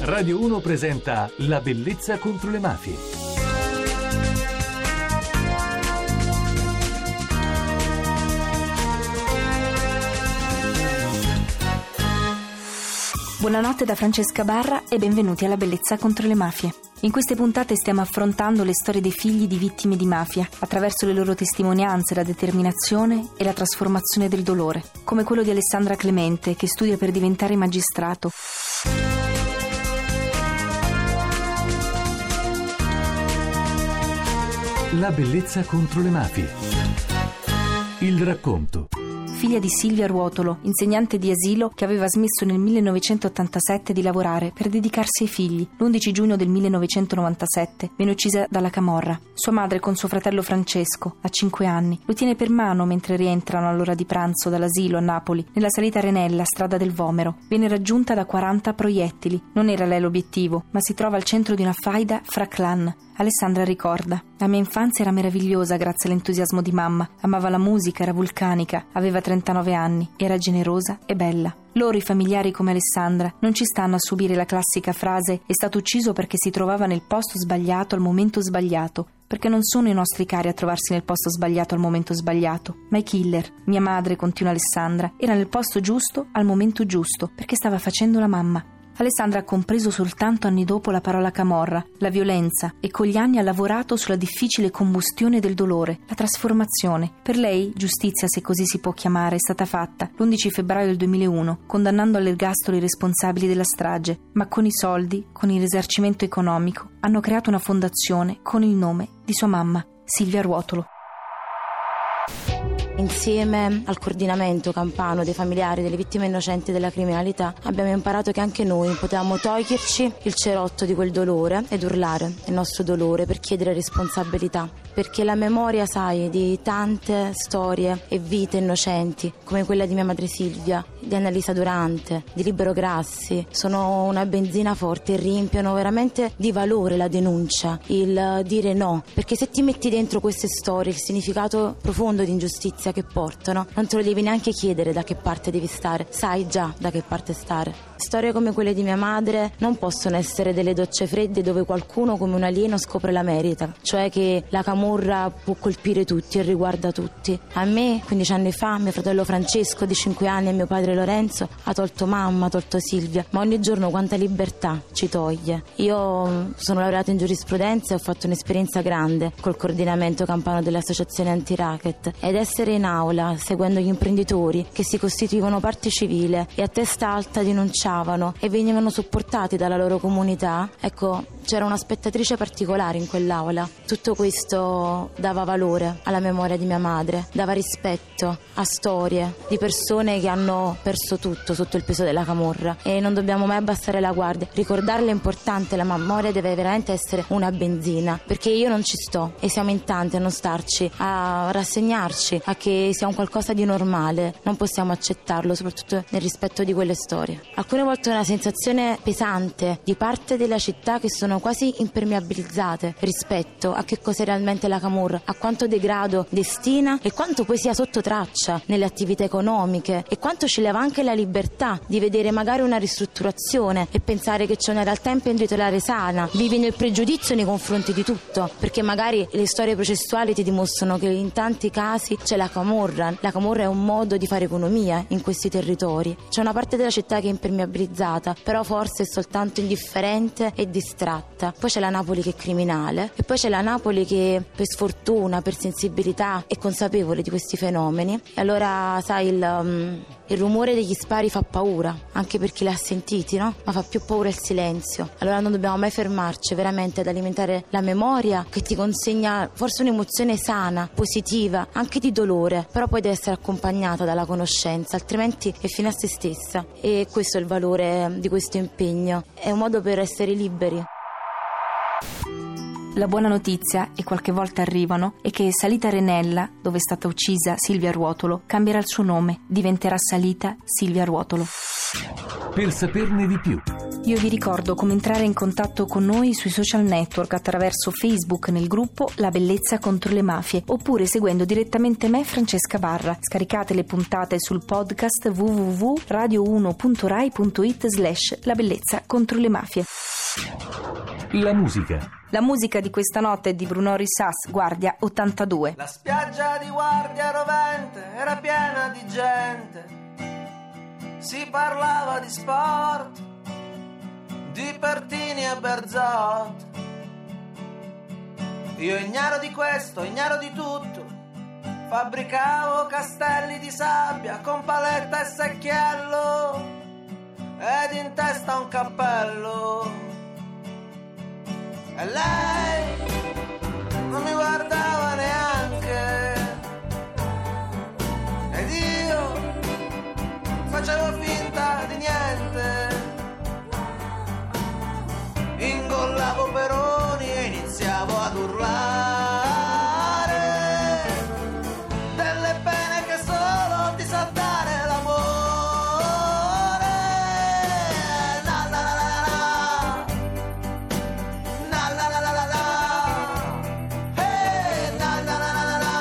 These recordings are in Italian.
Radio 1 presenta La bellezza contro le mafie. Buonanotte da Francesca Barra e benvenuti alla Bellezza contro le mafie. In queste puntate stiamo affrontando le storie dei figli di vittime di mafia, attraverso le loro testimonianze, la determinazione e la trasformazione del dolore, come quello di Alessandra Clemente, che studia per diventare magistrato. La bellezza contro le mafie. Il racconto. Figlia di Silvia Ruotolo, insegnante di asilo che aveva smesso nel 1987 di lavorare per dedicarsi ai figli. L'11 giugno del 1997 viene uccisa dalla camorra. Sua madre con suo fratello Francesco, a 5 anni, lo tiene per mano mentre rientrano all'ora di pranzo dall'asilo a Napoli, nella salita Renella, strada del Vomero. Viene raggiunta da 40 proiettili. Non era lei l'obiettivo, ma si trova al centro di una faida fra clan. Alessandra ricorda: la mia infanzia era meravigliosa grazie all'entusiasmo di mamma. Amava la musica, era vulcanica, aveva 39 anni, era generosa e bella. Loro, i familiari come Alessandra, non ci stanno a subire la classica frase «è stato ucciso perché si trovava nel posto sbagliato al momento sbagliato», perché non sono i nostri cari a trovarsi nel posto sbagliato al momento sbagliato, ma i killer. Mia madre, continua Alessandra, era nel posto giusto al momento giusto, perché stava facendo la mamma. Alessandra ha compreso soltanto anni dopo la parola camorra, la violenza, e con gli anni ha lavorato sulla difficile combustione del dolore, la trasformazione. Per lei, giustizia, se così si può chiamare, è stata fatta l'11 febbraio del 2001, condannando all'ergastolo i responsabili della strage, ma con i soldi, con il risarcimento economico, hanno creato una fondazione con il nome di sua mamma, Silvia Ruotolo. Insieme al coordinamento campano dei familiari delle vittime innocenti della criminalità abbiamo imparato che anche noi potevamo toglierci il cerotto di quel dolore ed urlare il nostro dolore per chiedere responsabilità, perché la memoria, sai, di tante storie e vite innocenti come quella di mia madre Silvia, di Annalisa Durante, di Libero Grassi, sono una benzina forte e riempiono veramente di valore la denuncia, il dire no, perché se ti metti dentro queste storie, il significato profondo di ingiustizia che portano, non te lo devi neanche chiedere da che parte devi stare, sai già da che parte stare. Storie come quelle di mia madre non possono essere delle docce fredde dove qualcuno come un alieno scopre la merita, cioè che la camorra può colpire tutti e riguarda tutti. A me, 15 anni fa, mio fratello Francesco di 5 anni e mio padre Lorenzo ha tolto mamma, ha tolto Silvia, ma ogni giorno quanta libertà ci toglie. Io sono laureata in giurisprudenza e ho fatto un'esperienza grande col coordinamento campano dell'associazione anti-racket, ed essere in aula seguendo gli imprenditori che si costituivano parte civile e a testa alta denunciavano e venivano supportati dalla loro comunità, ecco, c'era una spettatrice particolare in quell'aula. Tutto questo dava valore alla memoria di mia madre, dava rispetto a storie di persone che hanno perso tutto sotto il peso della camorra, e non dobbiamo mai abbassare la guardia. Ricordarla è importante, la memoria deve veramente essere una benzina, perché io non ci sto e siamo in tanti a non starci, a rassegnarci a che sia un qualcosa di normale. Non possiamo accettarlo, soprattutto nel rispetto di quelle storie. Alcune volte è una sensazione pesante di parte della città che sono quasi impermeabilizzate rispetto a che cos'è realmente la camorra, a quanto degrado destina e quanto poi sia sotto traccia nelle attività economiche, e quanto ci leva anche la libertà di vedere magari una ristrutturazione e pensare che c'è una realtà imprenditoriale sana. Vivi nel pregiudizio nei confronti di tutto, perché magari le storie processuali ti dimostrano che in tanti casi c'è la camorra è un modo di fare economia in questi territori. C'è una parte della città che è impermeabilizzata, però forse è soltanto indifferente e distratta. Poi c'è la Napoli che è criminale, e poi c'è la Napoli che per sfortuna, per sensibilità è consapevole di questi fenomeni. E allora, sai, il rumore degli spari fa paura, anche per chi li ha sentiti, no? Ma fa più paura il silenzio. Allora non dobbiamo mai fermarci veramente ad alimentare la memoria, che ti consegna forse un'emozione sana, positiva, anche di dolore, però poi deve essere accompagnata dalla conoscenza, altrimenti è fine a se stessa. E questo è il valore di questo impegno, è un modo per essere liberi. La buona notizia, e qualche volta arrivano, è che Salita Renella, dove è stata uccisa Silvia Ruotolo, cambierà il suo nome, diventerà Salita Silvia Ruotolo. per saperne di più. Io vi ricordo come entrare in contatto con noi sui social network attraverso Facebook nel gruppo La Bellezza contro le Mafie oppure seguendo direttamente me, Francesca Barra. Scaricate le puntate sul podcast www.radio1.rai.it/La Bellezza contro le Mafie. La musica. La musica di questa notte è di Bruno Risas, Guardia 82. La spiaggia di Guardia rovente era piena di gente, si parlava di sport, di Pertini e Berzot. Io ignaro di questo, ignaro di tutto, fabbricavo castelli di sabbia con paletta e secchiello ed in testa un cappello. E lei non mi guardava neanche ed io facevo finta di niente. Ingollavo Peroni e iniziavo ad urlare delle pene che solo ti sa dare l'amore. La la la la la, la la la la la, hey, la la la la la,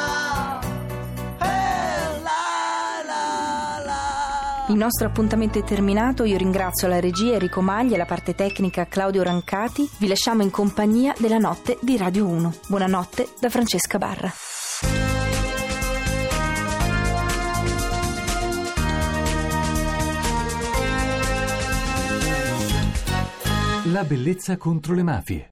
hey, la la la. Il nostro appuntamento è terminato, io ringrazio la regia Enrico Maglia e la parte tecnica Claudio Rancati. Vi lasciamo in compagnia della notte di Radio 1. Buonanotte da Francesca Barra. La bellezza contro le mafie.